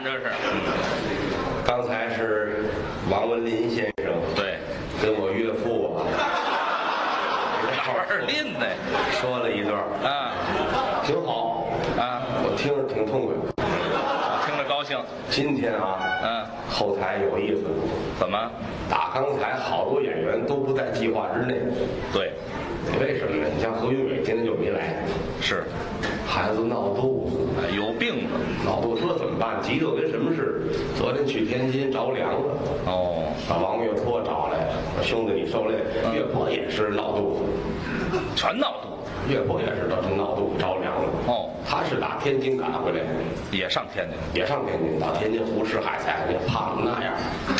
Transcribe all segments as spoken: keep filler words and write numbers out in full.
这是。 刚才是王文林先生对， 跟我岳父啊， 哪玩意林呢？ 说了一段啊， 挺好啊， 我听着挺痛快。 听着高兴。 今天啊， 嗯， 后台有意思， 怎么？ 打刚才好多演员都不在计划之内。 对， 为什么呢？你像何云伟今天就没来， 是， 孩子闹肚子， 哎有病啊！ 闹肚子说怎么办？急得跟什么似的。昨天去天津着凉了， 哦， 把王岳坡找来，说兄弟你受累。 嗯岳坡也是闹肚子， 全闹肚子。 岳坡也是都是闹肚子着凉了。 哦， 他是打天津赶回来， 也上天津。 也上天津，到天津胡吃海塞，那胖成那样。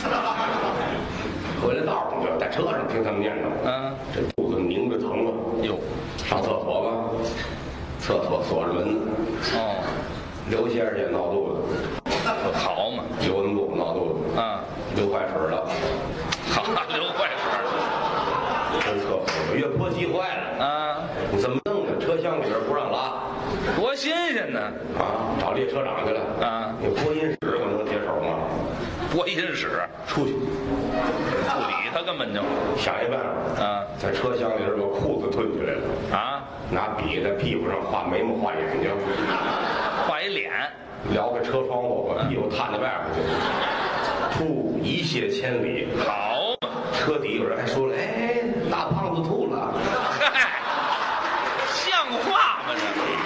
回来道上就在车上听他们念叨， 嗯， 这肚子拧着疼了， 哟， 上厕所吧，厕所锁着门呢。 哦， 刘先生也闹肚子， 好嘛。 刘文步闹肚子， 啊， 流坏水了， 好，流坏水。 跟厕所岳坡急坏了， 啊， 你怎么弄的？车厢里边不让拉， 多新鲜呢！ 啊，找列车长去了。 啊， 那播音室我能接手吗？ 播音室出去， 不理他，根本就想一办法。 啊， 在车厢里边把裤子褪下来了， 啊， 拿笔在屁股上画眉毛、画眼睛， 画一脸。 撩开车窗户，把屁股探到外边去，吐一泻千里。 好嘛， 车底有人还说了：“哎，大胖子吐了。” 嗨，像话吗这？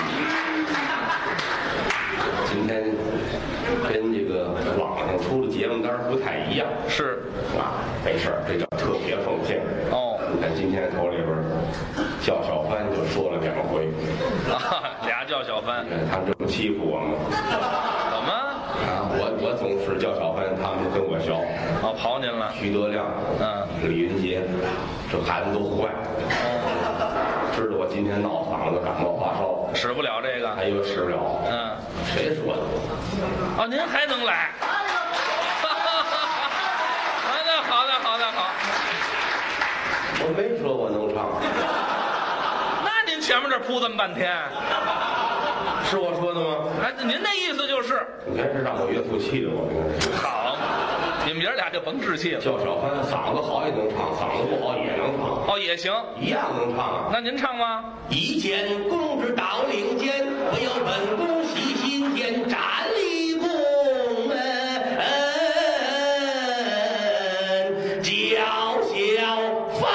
今天跟这个网上出的节目单不太一样， 是啊，没事儿，这叫特别奉献。 哦， 你看今天头里边，叫小帆就说了两回， 啊，俩叫小帆。 你看他们这么欺负我们怎么？ 啊！我我总是叫小帆，他们跟我学。 哦，跑您了。 徐德亮， 嗯， 李云杰，这孩子都坏，知道我今天闹嗓子、感冒发烧， 使不了这个。 还以为使不了。 嗯， 谁说的？ 哦，您还能来？好的，好的，好的，好。 我没说我能唱， 那您前面这铺这么半天， 是我说的吗？ 哎，您那意思就是， 你看是让我岳父气的我，你看是。 好，你们爷俩就甭置气了。 叫小帆嗓子好也能唱，嗓子不好也能唱， 哦，也行。 一样能唱啊。 那您唱吗？ 一见公之到领间，不由本宫喜心间，站立宫门，叫小帆。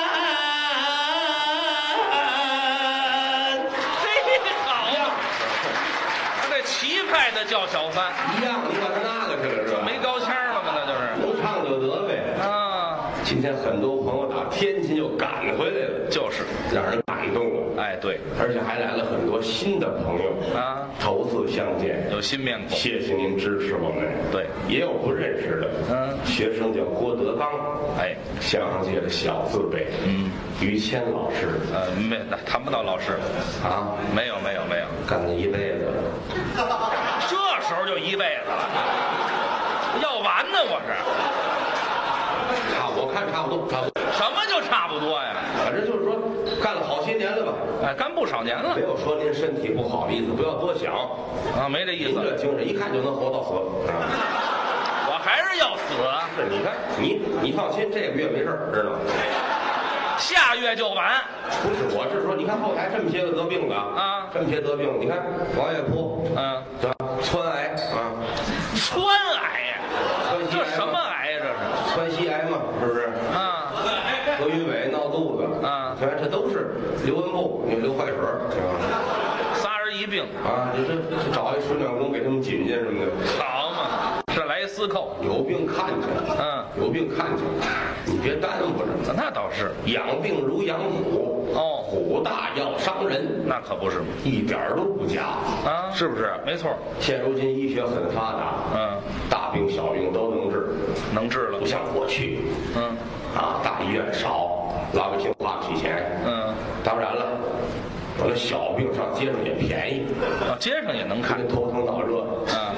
嘿，好，他这齐派的叫小帆， 一样，你管他那个去了是吧？ 没高腔了吗？那就是。 能唱就得呗。 啊， 今天很多朋友打天津又赶回来了， 就是， 让人感动了。 哎，对， 而且还来了很多新的朋友啊， 头次相见， 有新面孔。 谢谢您支持我们。 对， 也有不认识的， 嗯， 学生叫郭德纲， 哎， 相声界的小字辈， 嗯， 于谦老师， 呃，没谈不到老师， 啊， 没有，没有，没有， 干了一辈子， 这时候就一辈子了，要完呢，我是。 差我看差不多，差不多， 什么就差不多呀？ 反正就是说干了好些年了吧。 哎，干不少年了没有说您身体不好的意思，不要多想。 啊，没这意您思。 这精神一看就能活到死啊！ 我还是要死啊， 是，你看你你放心，这个月没事儿，知道吗？ 下月就完。 不是，我是说，你看后台这么些个得病的啊， 这么些得病，你看王岳坡， 嗯， 对吧？川癌啊， 川癌呀， 川西癌这什么癌呀？这是川西癌嘛，是不是？ 啊， 何云伟闹肚子啊， 你看这都是刘文步，你流坏水儿，是吧？ 仨人一病， 啊，你这这找一水暖工给他们紧紧什么的， 好嘛，这来司寇。 有病看去， 嗯， 有病看去，你别耽误着。 那倒是。 养病如养虎， 哦， 虎大要伤人， 那可不是嘛， 一点儿都不假啊， 是不是？ 没错。 现如今医学很发达， 嗯， 大病小病都能治， 能治了不。像过去， 嗯， 啊，大医院少，老百姓花不起钱。 嗯， 当然了，有那小病上街上也便宜， 啊，街上也能看跟。头疼脑热， 啊，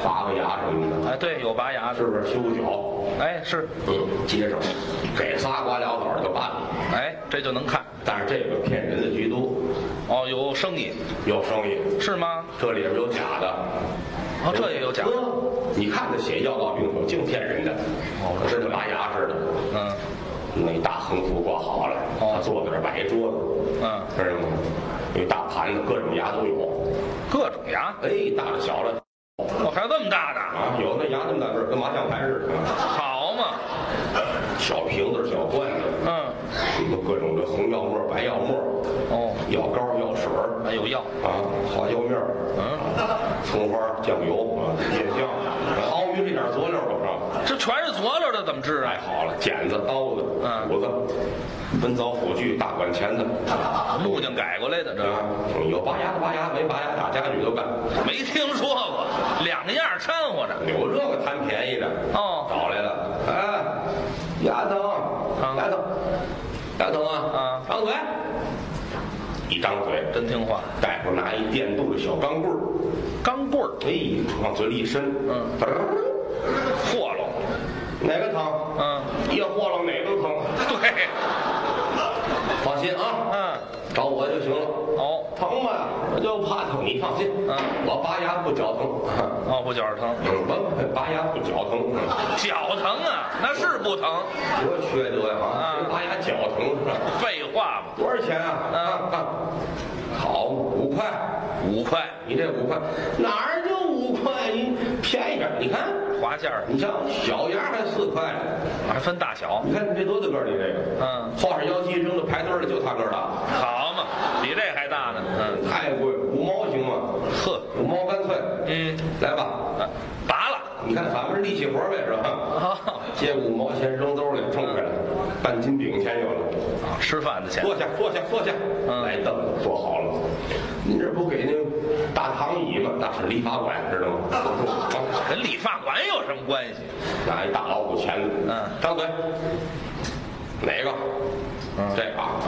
拔个牙什么的。 哎，对，有拔牙的， 是不是修脚？ 哎，是， 嗯，接上，这仨刮聊早就办了。 哎，这就能看。 但是这个骗人的居多。 哦，有生意， 有生意是吗？ 这里边有假的。 哦，这也有假的。 你看他写药到病除，净骗人的。 哦， 跟那拔牙似的。 嗯。 那一大横幅挂好了， 哦， 他坐在这儿摆一桌子， 嗯， 知道吗？有一大盘子，各种牙都有， 各种牙， 哎，大的小的， 哦，还有这么大的啊，有的牙这么大个，跟麻将牌似的， 好嘛， 小瓶子、小罐子， 嗯， 有各种的红药沫、白药沫， 哦， 药膏、药水儿， 还有药啊，花椒面儿， 嗯， 葱花、酱油啊，面酱，熬鱼这点佐料都上， 这全是佐料的，怎么治啊？ 太好了，剪子、刀子、 嗯斧子、文藻斧锯、大管钳子， 木匠改过来的，这啊，有拔牙的拔牙，没拔牙打家具都干。 没听说过，两样掺和着。 有这个贪便宜的哦， 找来了，哎，牙疼，牙疼，牙疼啊！ 啊， 张嘴，一张嘴， 真听话。 大夫拿一电镀的小钢棍儿， 钢棍儿， 哎，往嘴里一伸， 嗯， 嘚儿， 和喽， 哪个疼？ 嗯， 一和了哪个疼？ 对， 放心啊， 嗯， 找我就行了。 哦， 疼吗？我就怕疼，你放心， 嗯， 我拔牙不脚疼。 哦，不觉着疼， 嗯，我拔牙不脚疼。 脚疼啊，那是不疼。 多缺德呀！啊，谁拔牙脚疼是吧？ 废话嘛。 多少钱啊？ 嗯， 啊，好，五块， 五块， 你这五块哪儿就五块？你便宜点，你看划价儿， 你像小牙还四块呢， 还分大小。 你看你这多大个儿？你这个， 嗯， 画上腰肌扔到排队里就他个儿大， 好嘛，比这还大呢。嗯， 太贵，五毛行吗？ 呵， 五毛干脆。 嗯， 来吧， 啊拔了。 你看咱们是力气活呗，是吧？ 啊， 借五毛钱扔兜里冲开了，半斤饼钱有了。 啊，吃饭的钱。 坐下，坐下，坐下。 嗯， 来凳子坐好了。您这不给那大躺椅吗？那是理发馆，知道吗？ 跟理发馆有什么关系？ 拿一大老虎钳子。 嗯， 张嘴。哪个？ 嗯， 这个啊。 嗯。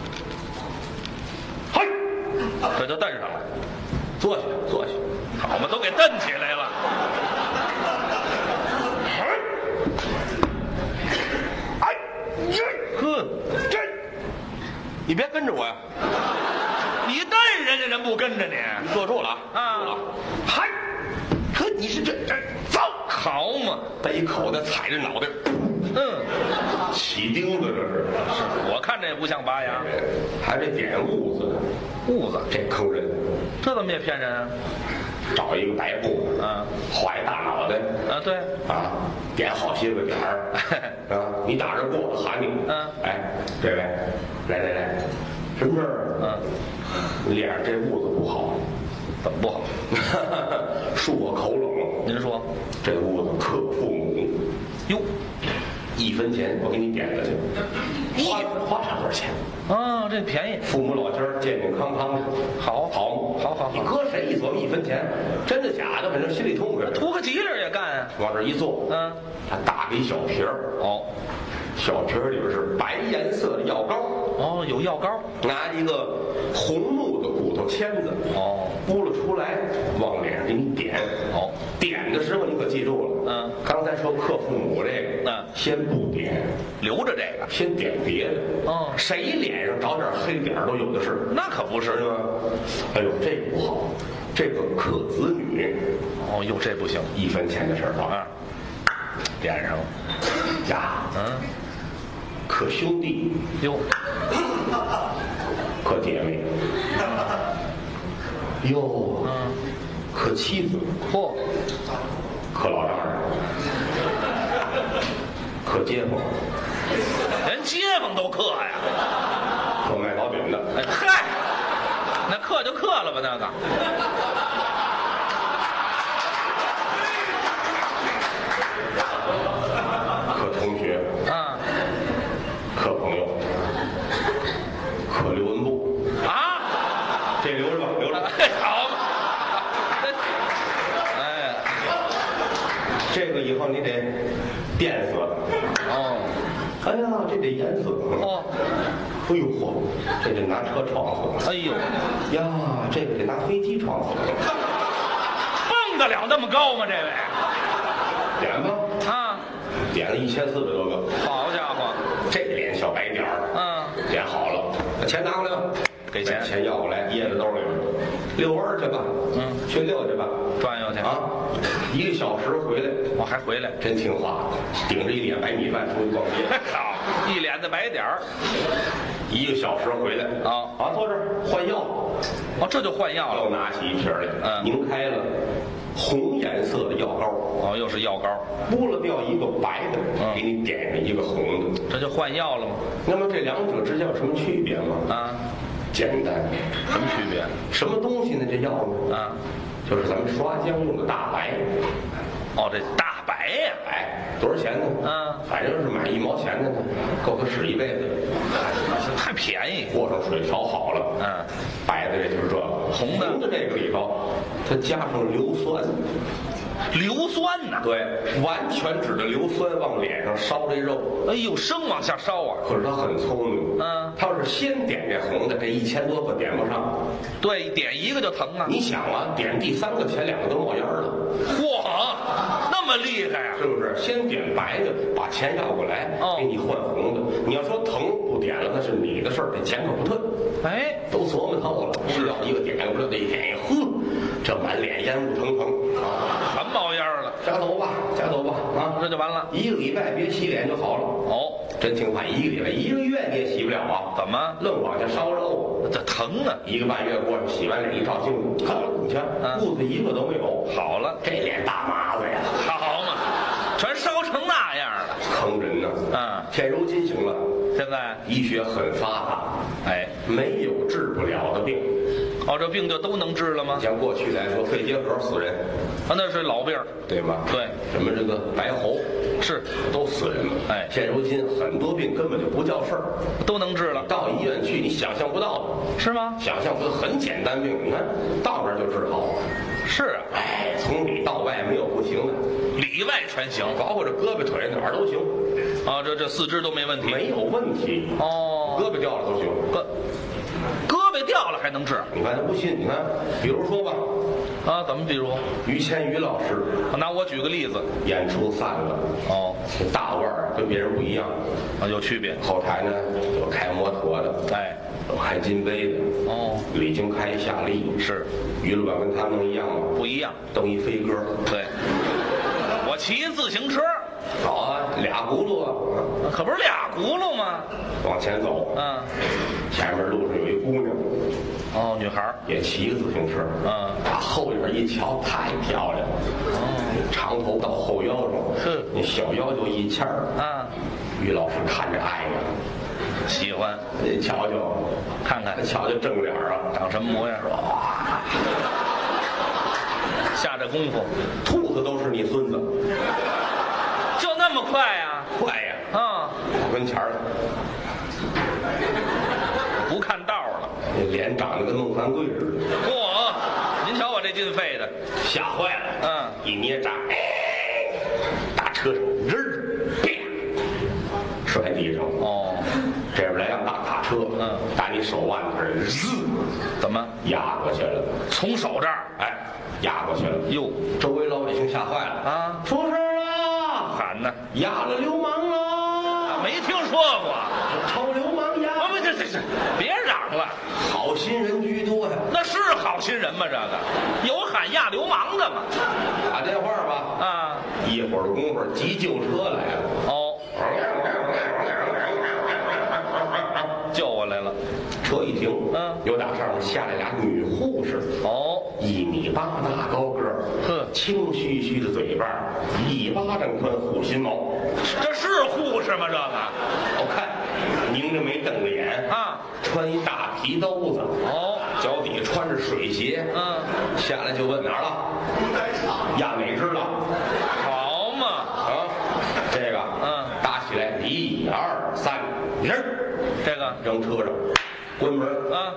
嘿， 这就蹬上了。 坐下，坐下。 好嘛，都给蹬起来了。 哎，耶， 呵， 这，你别跟着我呀！ 你蹬人家人不跟着你， 坐住了啊！ 啊坐了。嗨，可你是这这走， 好嘛， 背口袋踩着脑袋， 嗯， 起钉子这是。 是我看这也不像拔牙， 还得点痦子， 痦子， 这坑人。 这怎么也骗人啊？ 找一个白布， 嗯， 画一大脑袋， 啊对， 啊，点好些个点儿，啊，你打着过喊你， 嗯， 哎，这位，来来来，什么事儿？ 嗯， 你脸上这痦子不好， 怎么不好？ 漱我口冷。 您说， 这痦子克父母， 哟， 一分钱我给你点了去，花花差多少钱？ 啊，这便宜， 父母老家儿健健康康的， 好， 好吗？ 好好好你搁谁一琢磨一分钱，真的假的，反正心里痛快。 图个吉利也干啊。 往这一坐， 嗯， 他打开一小瓶儿， 哦， 小瓶儿里边是白颜色的药膏， 哦，有药膏， 拿一个红木的骨头签子， 哦， 拨了出来，往脸上给你点。 哦， 点的时候你可记住了， 嗯， 刚才说克父母这个， 嗯， 先不点， 留着这个， 先点别的。 哦， 谁脸上找点黑点儿都有的是， 那可不是是吗？哎呦，这个不好，这个克子女。 哦，哟，这不行， 一分钱的事儿啊， 点上了， 呀， 嗯， 克兄弟， 哟， 克姐妹，哟， 嗯， 克妻子， 嚯， 克老丈人，克街坊， 连街坊都克呀， 克卖糕饼的， 哎嗨，那克就克了吧，那个， 克同学， 啊克朋友，克刘文步， 啊， 这留着吧，留着。 哎好嘛，哎， 这个以后你得电死。 哦， 哎呀，这得淹死。 哦， 哎呦嚯，这得拿车撞死。 哎呦， 呀，这个得拿飞机撞死。 蹦得了那么高吗？这位点吧， 啊， 点了一千四百多个， 好家伙， 这脸小白点儿， 嗯， 点好了，把钱拿过来吧， 给钱把钱要过来，掖在兜里了，遛弯儿去吧， 嗯， 去遛去吧， 转悠去啊，一个小时回来， 我还回来， 真听话，顶着一脸白米饭出去逛街， 好，一脸的白点儿， 一个小时回来， 啊啊，坐这儿换药， 哦，这就换药了， 又拿起一瓶来， 嗯拧开了，红颜色的药膏， 哦，又是药膏， 剥了掉一个白的， 嗯给你点上一个红的， 这就换药了吗？ 那么这两者之间有什么区别吗？ 啊， 简单， 什么区别？ 什么东西呢？这药呢？ 啊， 就是咱们刷浆用的大白， 哦，这大白呀、 哎，多少钱呢？ 嗯反正是买一毛钱的呢，够他使一辈子。 太便宜。 和上水调好了， 嗯， 白的这就是这个， 红的红的这个里头，它加上硫酸， 硫酸呐、 对，完全指着硫酸往脸上烧这肉。 哎呦，生往下烧啊！ 可是他很聪明， 嗯他要是先点这红的，这一千多个点不上。 对，点一个就疼啊！ 你想啊，点第三个前两个都冒烟了， 嚯，那么厉害啊！ 是不是？先点白的，把钱要过来， 哦给你换红的。你要说疼不点了，那是你的事儿，这钱可不退。 哎， 都琢磨透了，是要一个点，不是这一点，呵，这满脸烟雾腾腾啊！ 全冒烟了， 加走吧，加走吧，啊， 这就完了。 一个礼拜别洗脸就好了。 哦， 真听话，一个礼拜、一个月你也洗不了啊！ 怎么？ 愣往下烧肉？ 这疼啊！ 一个半月过去，洗完脸一照镜子，看你瞧， 嗯痦子一个都没有。 好了， 这脸大麻子呀， 好嘛，全烧成那样了。 坑人呢。 嗯， 现如今行了， 现在， 医学很发达， 哎， 没有治不了的病。 哦，这病就都能治了吗？ 像过去来说，肺结核死人， 啊，那是老病儿， 对吧？ 对， 什么这个白喉是都死人了。 哎现如今很多病根本就不叫事儿， 都能治了， 到医院去你想象不到的， 是吗？ 想象不到很简单病，你看到那儿就治好。 是啊， 哎，从里到外没有不行的， 里外全行。 包括这胳膊腿哪儿都行， 啊，这这四肢都没问题。 没有问题。 哦， 胳膊掉了都行。 胳胳膊掉了还能治你看他不信，你看，比如说吧， 啊？怎么比如？ 于谦于老师拿我举个例子。 演出散了， 哦， 这大腕儿跟别人不一样， 啊，有区别。 后台呢有开摩托的， 哎， 有开金杯的， 哦， 李菁开夏利， 是于老板跟他们一样吗？ 不一样。 蹬一飞鸽， 对，我骑自行车， 好啊，俩轱辘啊， 可不是俩轱辘吗？ 往前走， 嗯， 前面路上有一姑娘， 哦，女孩儿， 也骑个自行车， 嗯， 打后边一瞧，太漂亮了， 哦， 长头到后腰上， 是那小腰就一签儿。 啊， 于老师看着爱呀， 喜欢， 你瞧瞧， 看看瞧瞧正脸啊， 长什么模样？ 哇， 下这功夫兔子都是你孙子， 就那么快呀？ 快呀！ 啊， 到跟前儿了， 不看道了。 那脸长得跟孟凡贵似的， 嚯，您瞧我这劲肺的， 吓坏了。 嗯， 一捏闸，哎，大车上人儿，啪，摔地上。 哦， 这边来辆大卡车， 嗯， 打你手腕子这儿，滋， 怎么压过去了。 从手这儿？ 哎，压过去了。 哟， 周围老百姓吓坏了啊， 出事儿了！ 喊呢？ 压了流氓了！ 没听说过。 臭流氓压！ 啊，不，这这这，别嚷了， 好心人居多呀！ 那是好心人吗？这个有喊压流氓的吗？ 打电话吧。 啊， 一会儿功夫，急救车来了。 哦，救我来了。 车一停， 嗯又打上面下来俩女护士， 哦， 一米八大高个儿， 呵青须须的嘴巴，一巴掌宽护心毛， 这是护士吗？这个好看，拧着眉瞪着眼啊， 穿一大皮兜子， 哦， 脚底穿着水鞋， 嗯， 下来就问哪儿了？压哪只了？ 好嘛， 啊，这个， 嗯， 打起来，一二三，扔儿， 这个扔车上，关门， 啊，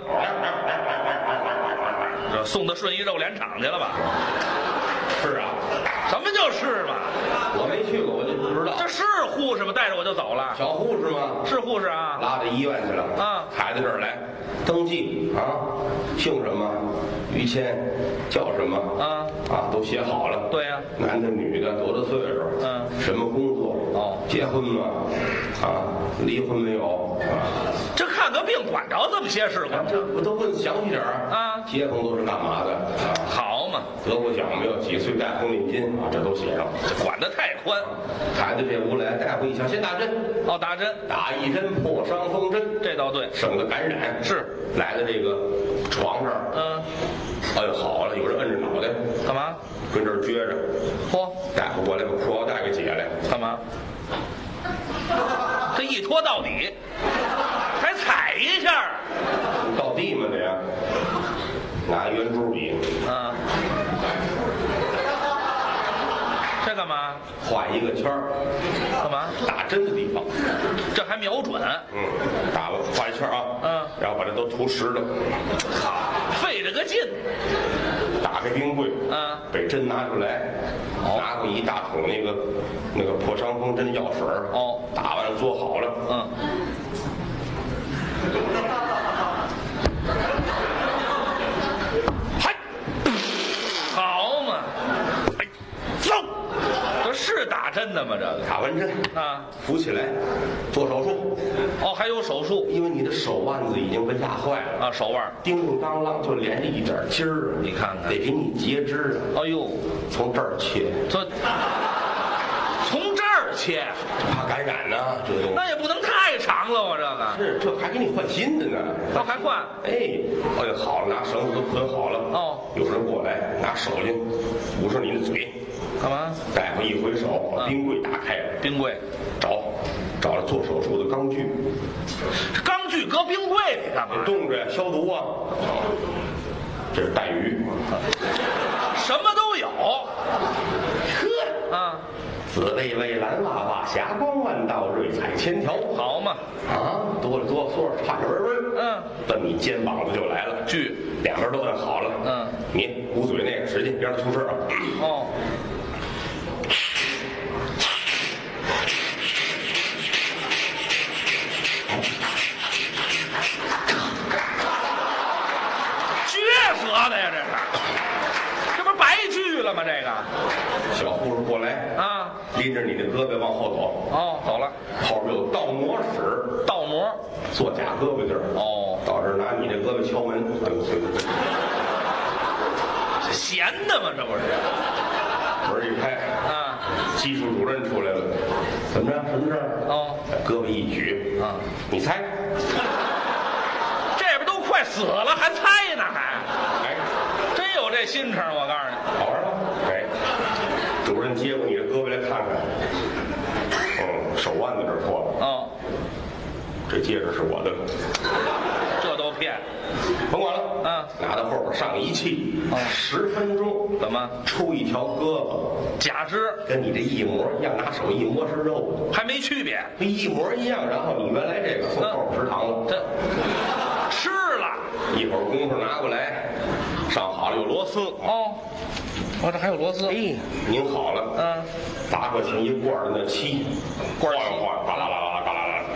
这送到顺义肉联厂去了吧？ 是啊， 什么就是嘛？ 我没去过，我就不知知道。 这是护士吗？带着我就走了。 小护士吗？ 是护士啊。 拉到医院去了。 啊， 抬到这儿来，登记啊，姓什么？于谦，叫什么？ 啊啊，都写好了。 对呀、啊。 男的女的，多大岁数？ 嗯。 什么工作？ 哦。 结婚吗？啊，离婚没有？啊。 这看个病管着这么些事干？ 这我都问详细点儿啊。 结婚都是干嘛的？啊， 好嘛， 得过奖没有？几岁戴红领巾啊？这都写上。 这管得太宽。 抬到这屋来，大夫一想，先打针。 哦，打针， 打一针破伤风针， 这倒对， 省得感染。 是， 来到这个床上， 嗯， 哎，好了，有人摁着脑袋， 干嘛？ 跟这儿撅着。 嚯， 大夫过来把裤腰带给解来， 干嘛？这一拖到底，还踩一下， 到地嘛得呀，拿圆珠笔， 嗯，这干嘛？ 画一个圈儿， 干嘛？ 打针的地方， 这还瞄准？ 嗯，打吧，画一圈啊， 嗯， 然后把这都涂实了， 好，费这个劲。 打开冰柜， 嗯， 把针拿出来，拿过一大桶那个那个破伤风针药水儿， 哦， 打完了做好了， 嗯。嗨，好嘛，哎，走，这是打针的吗？这个打完针啊， 扶起来，做手术。 哦，还有手术， 因为你的手腕子已经被压坏了啊，手腕叮叮当啷就连着一点筋儿， 你看看， 得给你截肢啊。 哎呦， 从这儿切， 这从这儿切， 怕感染呢、啊，这东西。 那也不能太长了，我这个是，这还给你换新的呢。 哦，还换？ 哎，哎，好了，拿绳子都捆好了。 哦， 有人过来拿手巾捂上你的嘴， 干嘛？ 大夫一回手，把冰柜打开了， 冰柜找找了做手术的钢具， 这钢具搁冰柜里干嘛？ 冻着呀，消毒啊。这是带鱼， 什么都有。 呵啊， 紫薇薇，蓝娃娃，霞光万道，瑞彩千条。 好嘛， 啊，哆里哆嗦，颤颤巍巍， 嗯， 奔你肩膀子就来了。 锯， 两边都摁好了。 嗯， 你捂嘴那个使劲，别让它出声啊。 哦，撅折的呀，这是，这不是白锯了吗？这个小护士过来啊， 拎着你的胳膊往后走。 哦，走了， 后边有倒模室， 倒模， 做假胳膊劲儿。 哦， 到这儿拿你这胳膊敲门。 这闲的吗？这不是？ 门一开， 啊， 技术主任出来了，怎么着？什么事儿？ 哦， 胳膊一举， 啊， 你猜？ 这边都快死了，还猜呢还？ 哎， 真有这心肠，我告诉你。 好玩吧？哎，主任接过你的胳膊来看看，嗯，手腕子这儿破了， 哦， 这戒指是我的， 这都骗。 甭管了， 嗯， 拿到后边上仪器， 哦十分钟， 怎么出一条胳膊， 假肢跟你这一模一样，拿手一摸是肉的， 还没区别？ 一模一样。然后你原来这个送后边食堂了， 这吃了一会儿功夫拿过来，上好了有螺丝， 哦，我这还有螺丝。 哎，拧好了， 嗯， 拔过去一罐的那漆， 罐儿晃悠晃悠，嘎啦啦啦嘎啦啦，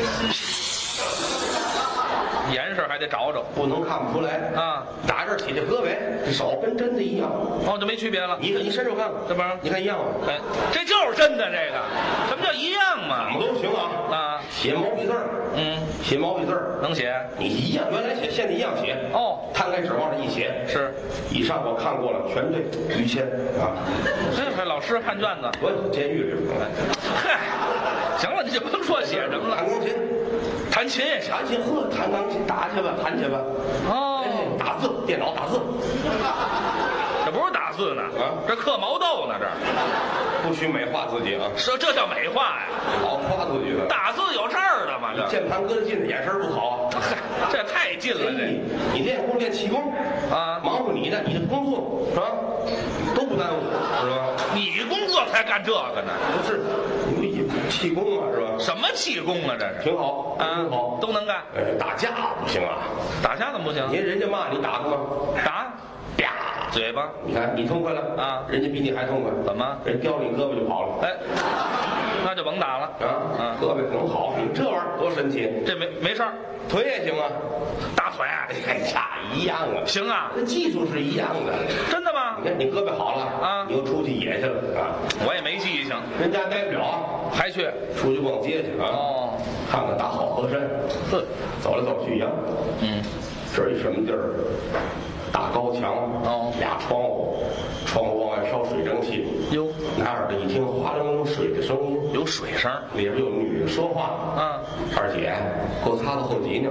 颜色还得找找。 不能看不出来啊。 打这儿起这胳膊，这手跟真的一样。 哦，就没区别了。 你你伸手看看， 这不是你看一样吗？ 哎，这就是真的。这个什么叫一样怎嘛？ 么都行啊。 啊， 写毛笔字儿， 嗯， 写毛笔字儿， 能写。 你一样，原来写现在一样写。 哦， 摊开纸往这一写， 是。 以上我看过了，全对。于谦啊， 这还老师判卷子。 我监狱里边。 嗨，行了，你就甭说写什么了。 弹钢琴， 弹琴也行。 弹琴呵，弹钢琴打去吧，弹去吧。 哦， 哎，打字，电脑打字。 这不是打字呢， 啊， 这刻毛豆呢，这不许美化自己啊！ 这这叫美化呀？ 老夸自己的， 打字有这儿的吗？这键盘搁得近，眼神不好啊。 嗨，这太近了，这你你练功练气功啊， 忙活你的，你的工作是吧？都不耽误，是吧？ 你工作才干这个呢？ 不是，你气功嘛，是吧？ 什么气功啊？这是挺好， 啊， 挺好， 都能干。 哎，打架不行啊！ 打架怎么不行？ 你人家骂你打他吗？ 打， 啪， 嘴巴。 你看你痛快了啊， 人家比你还痛快。 怎么？ 人叼你胳膊就跑了。 哎，那就甭打了啊， 嗯， 胳膊能好，你这玩意儿多神奇， 这没没事儿， 腿也行啊， 大腿哎呀，一样啊， 行啊， 这技术是一样的。 真的吗？ 你看你胳膊好了啊你又出去野去了啊， 我也没记性， 人家待不了， 还去出去逛街去啊， 哦， 看看大好河山， 哼， 走来走去一样。 嗯， 这是一什么地儿？大高墙， 哦俩窗户，窗户往外烧水蒸气。 哟， 拿耳朵一听，哗楞楞水的声音， 有水声， 里边有女的说话。 嗯， 二姐，给我擦擦后脊呢。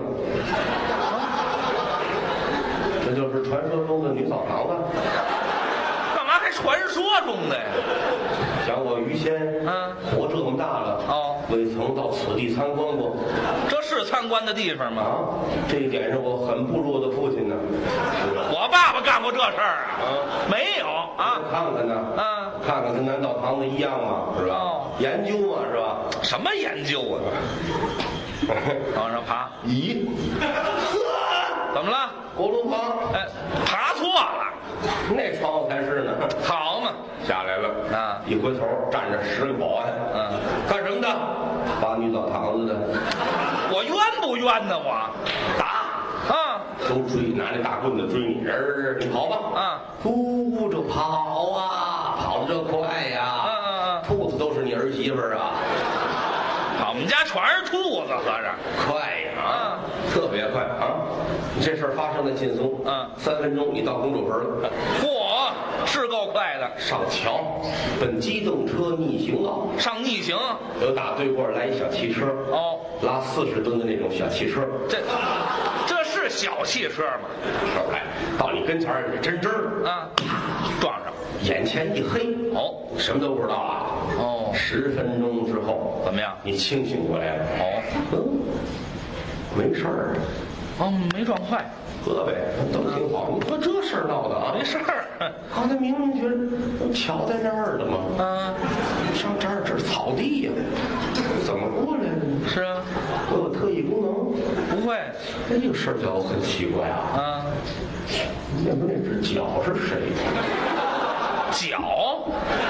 这就是传说中的女澡堂子。 干嘛还传说中的呀？ 想我于谦， 嗯活这么大了， 哦， 未曾到此地参观过。 这是参观的地方吗？ 啊，这一点上我很不如我的父亲呢。是吧？ 我爸爸干过这事儿啊？ 啊， 没有啊？ 看看呢， 嗯， 看看跟南澡堂子一样嘛，是吧？ 哦研究嘛，是吧？ 什么研究啊？往上爬， 咦，呵， 怎么了？ 锅炉房， 哎，爬错了， 那窗户才是呢。 好嘛？ 下来了啊一回头站着十个保安， 嗯， 干什么的？扒女澡堂子的， 我冤不冤呢？我打， 啊， 都追，拿那大棍子追你，人儿你跑吧， 啊， 呼着跑啊，跑得这快呀， 嗯嗯嗯兔子都是你儿媳妇儿啊， 我们家全是兔子，合着快呀啊，特别快啊！你这事儿发生在劲松， 嗯三分钟你到公主坟了。 嚯，是够快的。 上桥，奔机动车逆行道， 上逆行有打对过来一小汽车， 哦， 拉四十吨的那种小汽车， 这这是小汽车吗？ 车来到你跟前儿真真儿， 啊，撞上眼前一黑， 哦什么都不知道啊。 哦， 十分钟之后怎么样？ 你清醒过来了， 哦嗯，没事儿， 哦，没撞坏， 胳膊都挺好。你说这事儿闹的啊？ 没事儿。 刚才明明觉得桥在那儿的嘛， 嗯， 上这儿这是草地呀、怎么过来的呢？ 是啊， 我有特异功能， 不会。 哎，这个事儿叫我很奇怪啊。 啊， 那不那只脚是谁的？ 脚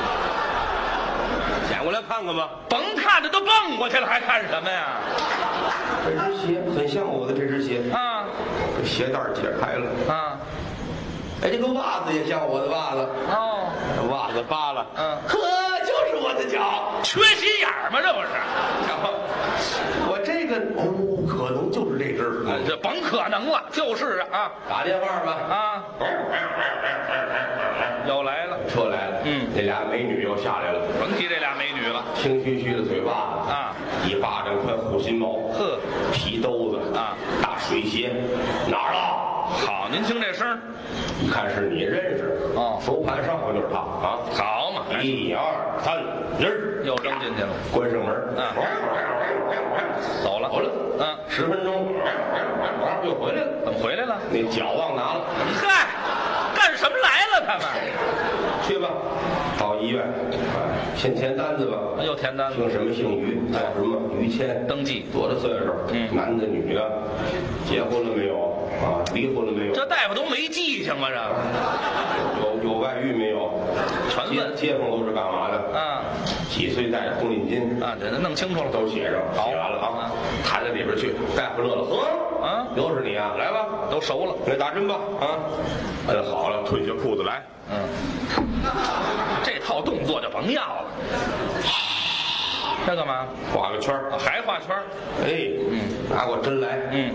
捡过来看看吧。 甭看着都蹦过去了，还看什么呀？ 这只鞋很像我的这只鞋， 啊这鞋带儿解开了。 啊哎，这个袜子也像我的袜子， 哦， 袜子扒了， 嗯， 呵，就是我的脚。 缺心眼儿吗？这不是？ 我这个哦，可能就是这只儿。 这甭可能了，就是啊打电话吧。 啊啊，又来了。 车来了， 嗯那俩美女又下来了， 甭提这俩美女了。 青须须的腿袜子啊， 一巴掌宽护心毛， 呵， 皮兜子啊， 大水鞋，哪儿了？ 好，您听这声儿， 一看是你认识哦手盘上回就是他啊。 好嘛， 一二三，人儿又扔进去了， 关上门， 嗯走了走了， 嗯十分钟，又回来了， 怎么回来了？ 那脚忘拿了， 嗨，干什么来了？他们去吧，到医院，哎，先填单子吧。 又填单子， 姓什么姓于，叫什么于谦， 登记多大岁数？ 嗯男的女的，结婚了没有？啊，离婚了没有？ 这大夫都没记性啊，这有有外遇没有？街全问街坊都是干嘛的？ 啊几岁带着红领巾？ 啊，这弄清楚了。 都写上， 好写完了啊啊， 抬到里边去。大夫乐了，呵， 啊又是你啊，来吧， 都熟了。 来打针吧，啊，摁好了，褪下裤子来， 嗯，这套动作就甭要了。这干嘛？ 画个圈儿啊还画圈儿？ 哎， 嗯， 拿过针来， 嗯，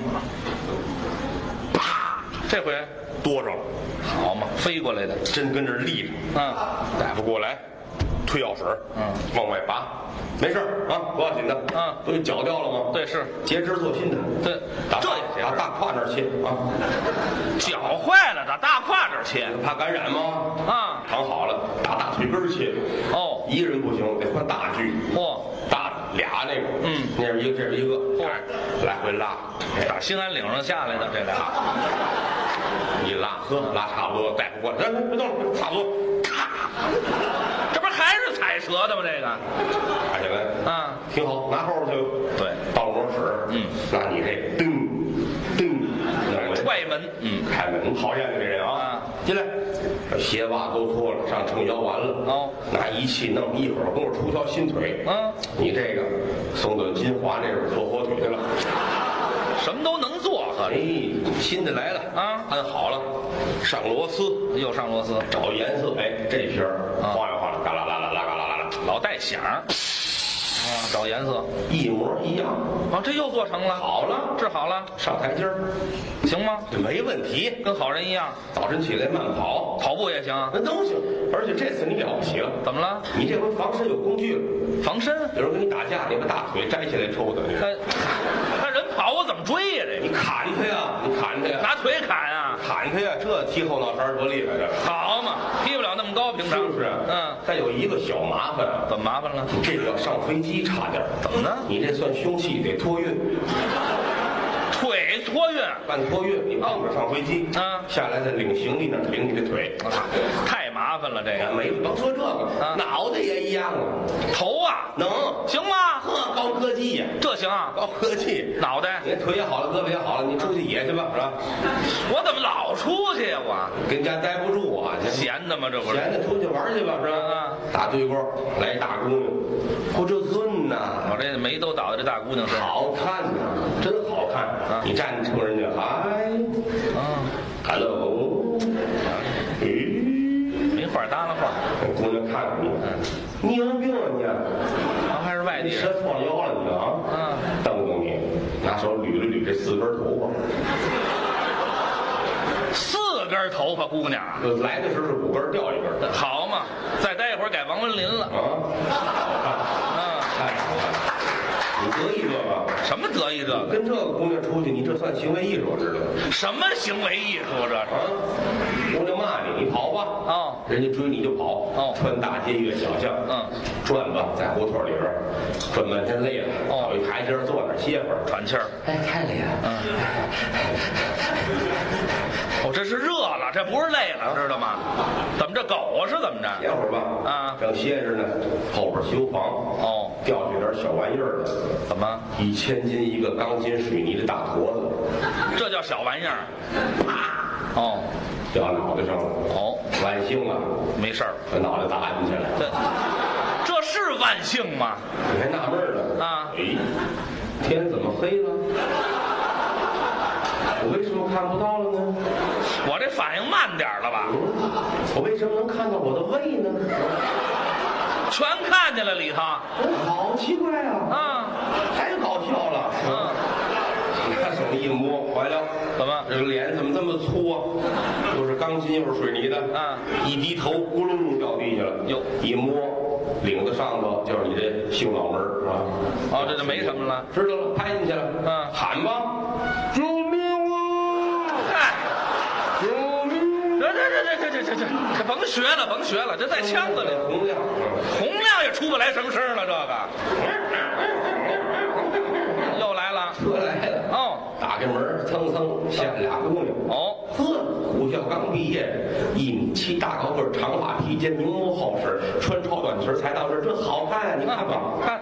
啪，这回多上了， 好嘛，飞过来的。 针跟这儿立着。 嗯， 大夫过来，推药水， 嗯， 往外拔，没事儿啊，不要紧的， 嗯不就绞掉了吗？ 对，是截肢做新的， 对， 打这也结实打大胯那儿切啊， 脚坏了，打大胯这儿切怕感染吗？ 啊？ 躺好了，打大腿根儿切， 哦， 一个人不行，得换大锯， 嚯， 大的俩那个， 嗯那是一个，这是一个， 嚯哎来回拉，哎打兴安岭上下来的这俩， 一拉，呵，拉差不多，大夫过来，哎，别动了，差不多，咔， 这不是还是踩折的吗？这个拿起来， 啊， 挺好，拿后边去。 对， 到门使， 嗯， 那你这噔噔，弄门踹门，嗯， 开门，讨厌的这人啊啊， 进来， 鞋袜都脱了，上秤摇完了。 哦， 拿仪器弄，一会儿跟我出条新腿。 嗯， 你这个送到金华那边做火腿去了。 什么都能做，合着。 哎，新的来了啊， 安好了，上螺丝， 又上螺丝， 找颜色。哎，这片儿晃悠晃悠，嘎啦啦啦啦嘎啦啦啦， 老带响儿。啊，找颜色， 一模一样。 啊，这又做成了， 好了， 治好了， 上台阶儿， 行吗？ 这没问题， 跟好人一样， 早晨起来慢跑， 跑步也行， 那都行。而且这次你了不起了， 怎么了？ 你这回防身有工具了。 防身？ 有人跟你打架，你把大腿摘下来抽他， 那那人跑我怎么追呀？这你砍他呀，你砍他呀， 拿腿砍啊？ 砍他呀，这踢后脑勺多厉害，这好嘛，踢不了那么高，平常是不是？ 嗯， 但有一个小麻烦啊， 怎么麻烦了？ 你这个要上飞机差点， 怎么呢？ 你这算凶器，得托运。 腿托运， 办托运，你帮着上飞机， 啊， 下来再领行李呢，领你的腿， 太麻烦了，这个没甭说这个，脑袋也一样啊， 头啊， 能行吗？ 呵，高科技呀， 这行啊， 高科技， 脑袋， 你腿也好了，胳膊也好了，你出去野去吧，是吧？ 我怎么老出去呀？我跟家待不住啊， 闲的吗？这不是闲的出去玩去吧，是吧？ 啊， 大对过来一大姑娘，嚯，这尊呐， 我这眉都倒在这大姑娘身上， 好看呐，真好看。你站着冲人家，嗨， 啊 ，hello，咦， 没话搭了话， 姑娘看看你，你有病啊你？ 啊，还是外地你人， 折错了腰了你啊？ 嗯， 瞪瞪你，拿手捋了捋这四根头发。 四根头发，姑娘， 来的时候是五根掉一根。 好嘛，再待一会儿改王文林了。 啊，好看， 嗯， 太好看。你得意这个？ 什么得意这个？ 跟这个姑娘出去，你这算行为艺术，知道吗？ 什么行为艺术这是？ 啊，姑娘骂你，你跑吧。 哦， 人家追你就跑。 哦， 穿大街越小巷， 嗯， 转吧，在胡同里边转半天累了， 哦， 找一台阶坐那儿歇会儿， 喘气儿。 哎，太累了。 嗯，哦，这是热了，这不是累了，知道吗？怎么这狗是怎么着？ 歇会儿吧。 啊， 正歇着呢，后边修房。 哦， 掉下点小玩意儿了。 怎么？ 一千斤一个钢筋水泥的大坨子， 这叫小玩意儿？哦， 掉脑袋上了。 哦， 万幸啊， 没事儿。 把脑袋打进去了。 这这是万幸吗？ 你还纳闷呢？ 啊， 哎，天怎么黑了？我为什么看不到了呢？ 我这反应慢点了吧？ 我为什么能看到我的胃呢？ 全看见了里头。 好奇怪啊！ 啊， 太搞笑了。 嗯， 拿手一摸，坏了， 怎么？ 这个脸怎么这么粗啊？又是钢筋又是水泥的。 啊， 一低头，咕噜掉地下了。 哟， 一摸，领子上头就是你这性脑门是吧？ 哦，这就没什么了。 知道了，拍进去了。 嗯， 喊吧，救命啊！ 嗨， 救命！ 这这这这这这这这这甭学了，甭学了，这在腔子里。 洪亮， 洪亮也出不来什么声了，这个又来了。 车来了。 哦， 打开门，蹭蹭下来俩姑娘。 哦， 呵，武校刚毕业，一米七，大高个，长发披肩，明眸皓齿，穿超短裙才到这儿，真好看呀！你看吧， 看，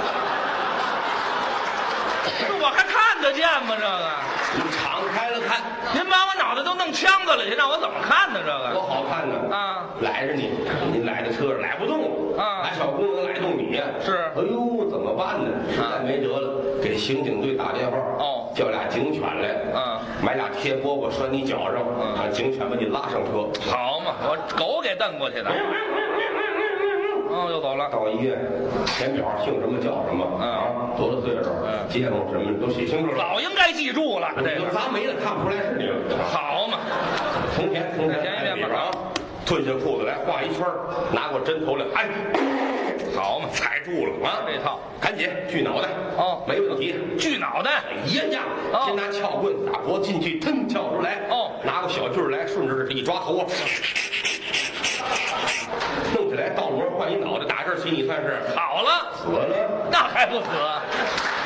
这我还看得见吗？这个， 你敞开了看， 您把我脑袋都弄腔子里去，让我怎么看呢？这多个好看呢！ 啊， 赖着你，你赖在车上赖不动啊， 那小姑娘赖动你呀？ 是， 哎呦，怎么办呢？实在没辙了，给刑警队打电话， 哦， 叫俩警犬来， 嗯， 买俩贴饽饽拴你脚上， 嗯， 让警犬把你拉上车。 好嘛，我狗给蹬过去的。哦，又走了。 到医院填表，姓什么叫什么，啊，多大岁数， 嗯， 街坊什么都写清楚了。 早应该记住了，这个砸没了，看不出来是你了。 好嘛， 从填从填填一遍吧。 褪下裤子来，画一圈，拿过针头来，哎，好嘛，踩住了啊！ 这套赶紧锯脑袋， 哦， 没问题。 锯脑袋一样样，先拿撬棍打脖进去，腾撬出来， 哦， 拿个小锯来，顺着这一抓头啊，弄起来，倒模换一脑袋，打这儿起，你算是好了， 死了， 那还不死？